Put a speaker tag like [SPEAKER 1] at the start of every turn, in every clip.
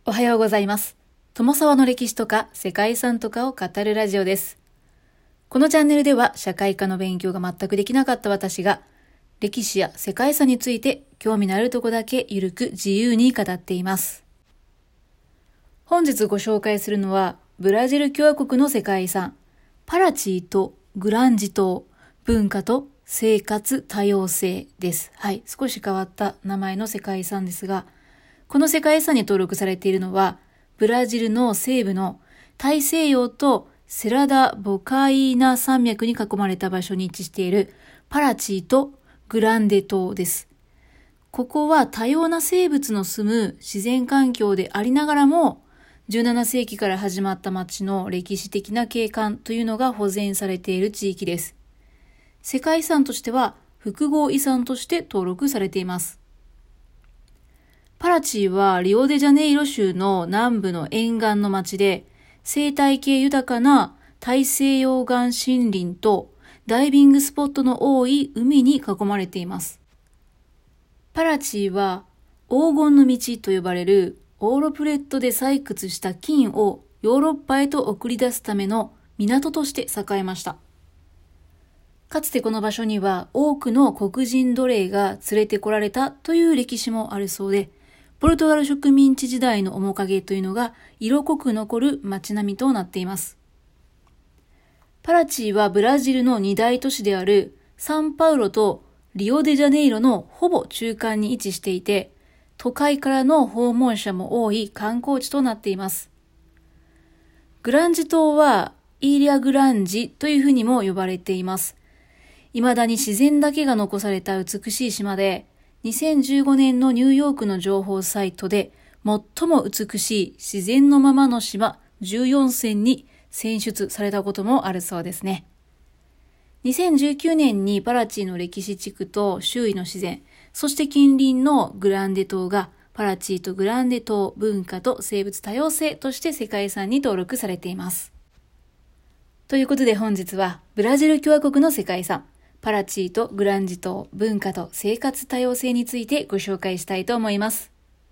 [SPEAKER 1] おはようございます。友沢の歴史とか世界遺産とかを語るラジオです。このチャンネルでは社会科の勉強が全くできなかった私が歴史や世界遺産について興味のあるとこだけゆるく自由に語っています。本日ご紹介するのはブラジル共和国の世界遺産パラチーとグランジ島文化と生活多様性です。はい、少し変わった名前の世界遺産ですが、この世界遺産に登録されているのは、ブラジルの西部の大西洋とセラダ・ボカイーナ山脈に囲まれた場所に位置しているパラチーとグランデ島です。ここは多様な生物の住む自然環境でありながらも、17世紀から始まった町の歴史的な景観というのが保全されている地域です。世界遺産としては複合遺産として登録されています。パラチーはリオデジャネイロ州の南部の沿岸の町で、生態系豊かな大西洋岸森林とダイビングスポットの多い海に囲まれています。パラチーは黄金の道と呼ばれるオーロプレットで採掘した金をヨーロッパへと送り出すための港として栄えました。かつてこの場所には多くの黒人奴隷が連れてこられたという歴史もあるそうで、ポルトガル植民地時代の面影というのが色濃く残る街並みとなっています。パラチーはブラジルの二大都市であるサンパウロとリオデジャネイロのほぼ中間に位置していて、都会からの訪問者も多い観光地となっています。グランジ島はイーリア・グランジというふうにも呼ばれています。未だに自然だけが残された美しい島で、2015年のニューヨークの情報サイトで最も美しい自然のままの島14選に選出されたこともあるそうですね。2019年にパラチーの歴史地区と周囲の自然、そして近隣のグランデ島がパラチーとグランデ島文化と生物多様性として世界遺産に登録されています。ということで本日はブラジル共和国の世界遺産パラチーとグランジ島文化と生活多様性についてご紹介したいと思います。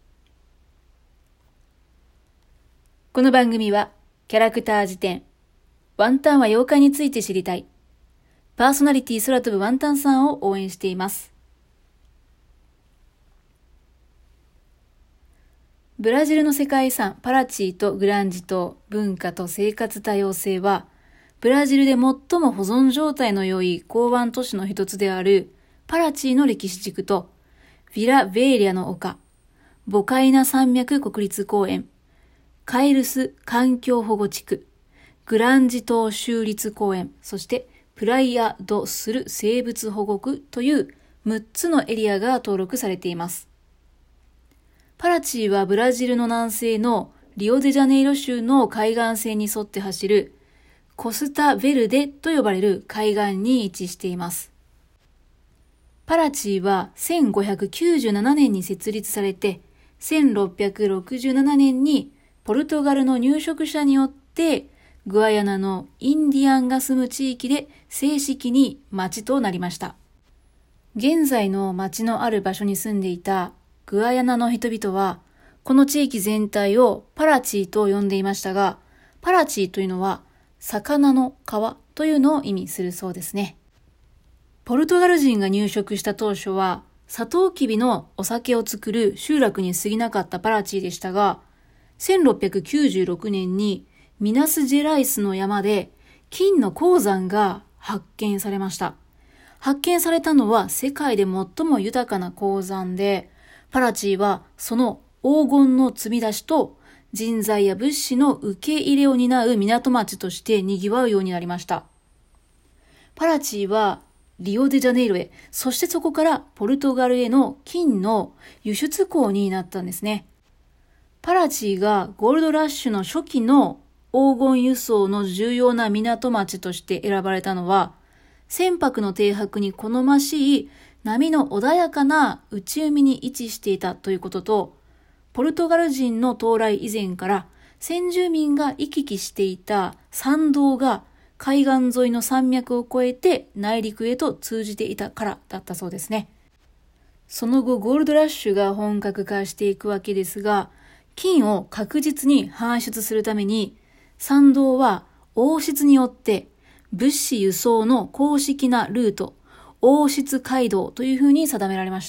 [SPEAKER 1] この番組はキャラクター辞典ワンタンは妖怪について知りたいパーソナリティ空飛ぶワンタンさんを応援しています。ブラジルの世界遺産パラチーとグランジ島文化と生活多様性はブラジルで最も保存状態の良い港湾都市の一つであるパラチーの歴史地区とヴィラ・ベーリャの丘、ボカイナ山脈国立公園、カイルス環境保護地区、グランジ島州立公園、そしてプライア・ド・スル生物保護区という6つのエリアが登録されています。パラチーはブラジルの南西のリオデジャネイロ州の海岸線に沿って走るコスタ・ベルデと呼ばれる海岸に位置しています。パラチーは1597年に設立されて、1667年にポルトガルの入植者によってグアヤナのインディアンが住む地域で正式に町となりました。現在の町のある場所に住んでいたグアヤナの人々は、この地域全体をパラチーと呼んでいましたが、パラチーというのは魚の川というのを意味するそうですね。ポルトガル人が入植した当初は、サトウキビのお酒を作る集落に過ぎなかったパラチーでしたが、1696年にミナスジェライスの山で金の鉱山が発見されました。発見されたのは世界で最も豊かな鉱山で、パラチーはその黄金の積み出しと人材や物資の受け入れを担う港町として賑わうようになりました。パラチーはリオデジャネイロへ、そしてそこからポルトガルへの金の輸出港になったんですね。パラチーがゴールドラッシュの初期の黄金輸送の重要な港町として選ばれたのは、船舶の停泊に好ましい波の穏やかな内海に位置していたということと、ポルトガル人の到来以前から先住民が行き来していた参道が海岸沿いの山脈を越えて内陸へと通じていたからだったそうですね。その後ゴールドラッシュが本格化していくわけですが、 金を確実に搬出するために、参道は王室によって物資輸送の公式なルート、王室街道というふうに定められました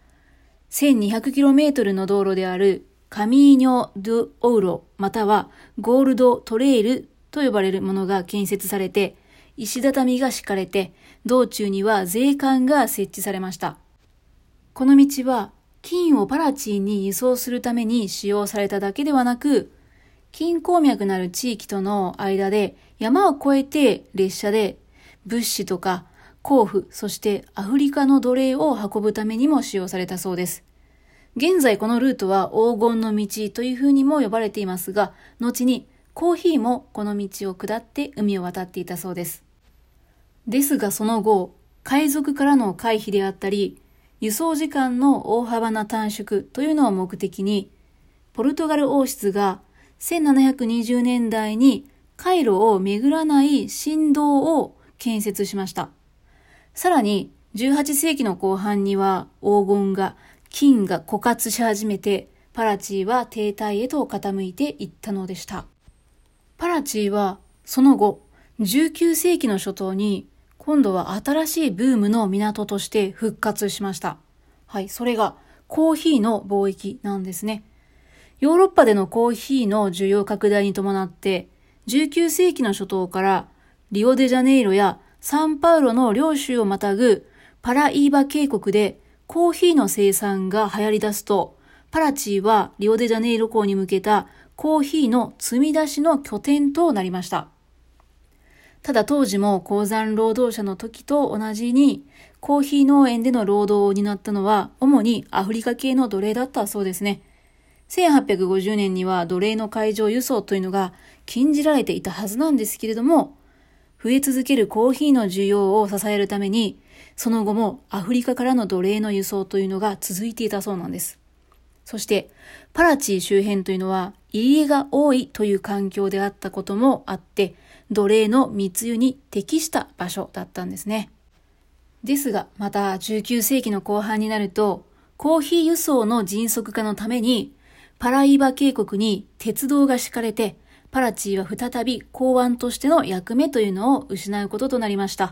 [SPEAKER 1] 。1200km の道路であるカミーニョ・ドゥ・オウロまたはゴールド・トレイルと呼ばれるものが建設されて、石畳が敷かれて、道中には税関が設置されました。この道は金をパラチーに輸送するために使用されただけではなく、金鉱脈のある地域との間で山を越えて列車で物資とか鉱夫、そしてアフリカの奴隷を運ぶためにも使用されたそうです。現在このルートは黄金の道というふうにも呼ばれていますが、後にコーヒーもこの道を下って海を渡っていたそうです。ですがその後、海賊からの回避であったり、輸送時間の大幅な短縮というのを目的に、ポルトガル王室が1720年代に海路を巡らない新道を建設しました。さらに18世紀の後半には金が枯渇し始めて、パラチーは停滞へと傾いていったのでした。パラチーはその後19世紀の初頭に今度は新しいブームの港として復活しました。はい、それがコーヒーの貿易なんですね。ヨーロッパでのコーヒーの需要拡大に伴って、19世紀の初頭からリオデジャネイロやサンパウロの両州をまたぐパライーバ渓谷でコーヒーの生産が流行り出すと、パラチーはリオデジャネイロ港に向けたコーヒーの積み出しの拠点となりました。ただ当時も鉱山労働者の時と同じに、コーヒー農園での労働を担ったのは主にアフリカ系の奴隷だったそうですね。1850年には奴隷の海上輸送というのが禁じられていたはずなんですけれども、増え続けるコーヒーの需要を支えるために、その後もアフリカからの奴隷の輸送というのが続いていたそうなんです。そして、パラチー周辺というのは入り江が多いという環境であったこともあって、奴隷の密輸に適した場所だったんですね。ですが、また19世紀の後半になると、コーヒー輸送の迅速化のために、パライバ渓谷に鉄道が敷かれて、パラチーは再び港湾としての役目というのを失うこととなりました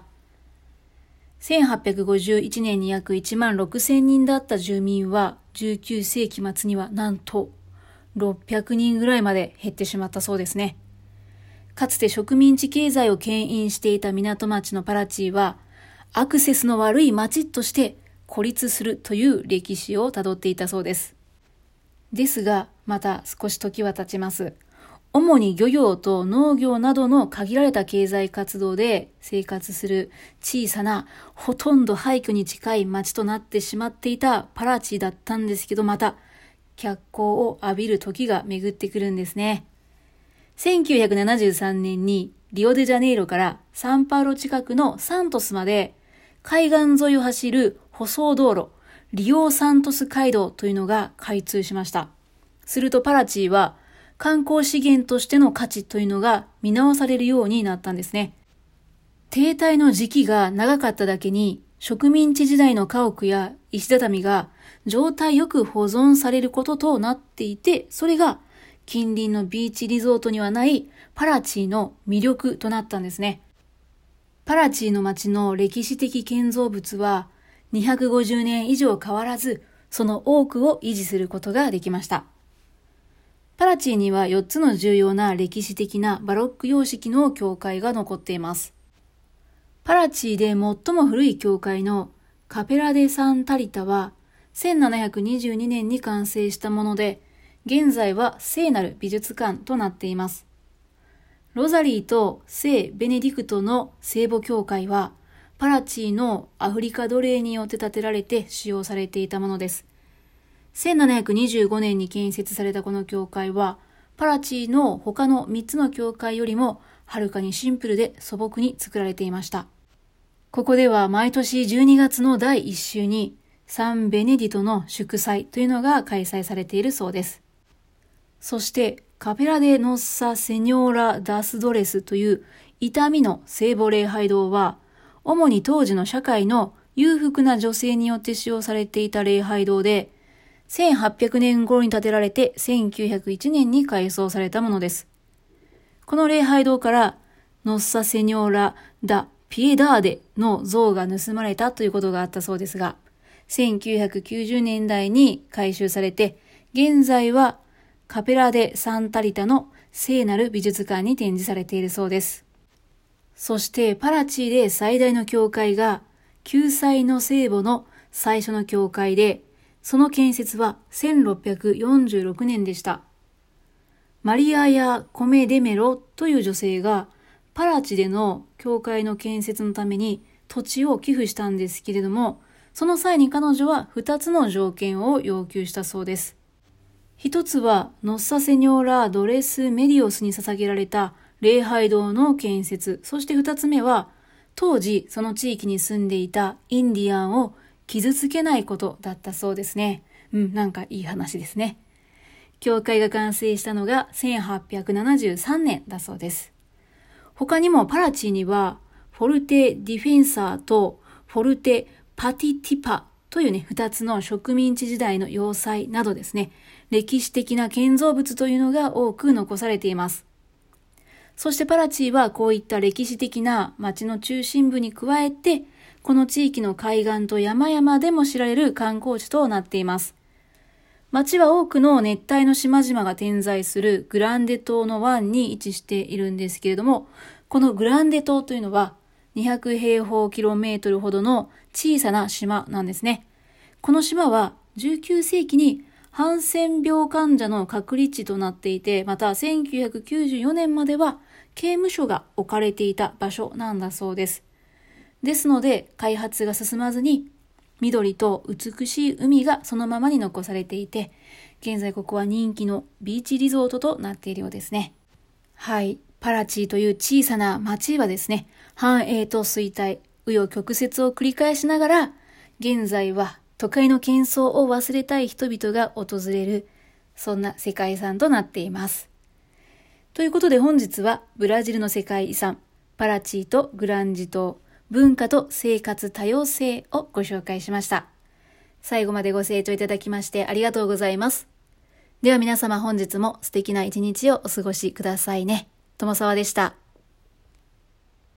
[SPEAKER 1] 。1851年に約1万6000人だった住民は、19世紀末にはなんと600人ぐらいまで減ってしまったそうですね。かつて植民地経済を牽引していた港町のパラチーは、アクセスの悪い町として孤立するという歴史をたどっていたそうです。ですが、また少し時は経ちます。主に漁業と農業などの限られた経済活動で生活する小さな、ほとんど廃墟に近い町となってしまっていたパラチーだったんですけど、また脚光を浴びる時が巡ってくるんですね。1973年にリオデジャネイロからサンパウロ近くのサントスまで海岸沿いを走る舗装道路、リオサントス街道というのが開通しました。するとパラチーは観光資源としての価値というのが見直されるようになったんですね。停滞の時期が長かっただけに植民地時代の家屋や石畳が状態よく保存されることとなっていて、それが近隣のビーチリゾートにはないパラチーの魅力となったんですね。パラチーの町の歴史的建造物は250年以上変わらず、その多くを維持することができました。パラチーには4つの重要な歴史的なバロック様式の教会が残っています。パラチーで最も古い教会のカペラ・デ・サンタリタは1722年に完成したもので、現在は聖なる美術館となっています。ロザリーと聖ベネディクトの聖母教会は、パラチーのアフリカ奴隷によって建てられて使用されていたものです。1725年に建設されたこの教会は、パラチーの他の3つの教会よりもはるかにシンプルで素朴に作られていました。ここでは毎年12月の第1週にサンベネディトの祝祭というのが開催されているそうです。そしてカペラデ・ノッサ・セニョーラ・ダスドレスという痛みの聖母礼拝堂は、主に当時の社会の裕福な女性によって使用されていた礼拝堂で、 1800年頃に建てられて1901年に改装されたものです。この礼拝堂からノッサセニョーラ・ダ・ピエダーデの像が盗まれたということがあったそうですが、1990年代に改修されて、現在はカペラ・デ・サンタリタの聖なる美術館に展示されているそうです。そしてパラチーで最大の教会が救済の聖母の最初の教会で、その建設は1646年でした。マリアヤ・コメデメロという女性がパラチでの教会の建設のために土地を寄付したんですけれども、その際に彼女は2つの条件を要求したそうです。一つはノッサセニョーラ・ドレス・メディオスに捧げられた礼拝堂の建設。そして二つ目は、当時その地域に住んでいたインディアンを傷つけないことだったそうですね。なんかいい話ですね。教会が完成したのが1873年だそうです。他にもパラチーには、フォルテ・ディフェンサーとフォルテ・パティティパというね、二つの植民地時代の要塞などですね、歴史的な建造物というのが多く残されています。そしてパラチーはこういった歴史的な町の中心部に加えて、この地域の海岸と山々でも知られる観光地となっています。町は多くの熱帯の島々が点在するグランデ島の湾に位置しているんですけれども、このグランデ島というのは200平方キロメートルほどの小さな島なんですね。この島は19世紀にハンセン病患者の隔離地となっていて、また1994年までは刑務所が置かれていた場所なんだそうです。ですので開発が進まずに緑と美しい海がそのままに残されていて、現在ここは人気のビーチリゾートとなっているようですね。はい、パラチーという小さな町はですね、繁栄と衰退、紆余曲折を繰り返しながら、現在は都会の喧騒を忘れたい人々が訪れる、そんな世界遺産となっています。ということで本日はブラジルの世界遺産、パラチーとグランジ島、文化と生活多様性をご紹介しました。最後までご清聴いただきましてありがとうございます。では皆様本日も素敵な一日をお過ごしくださいね。友沢でした。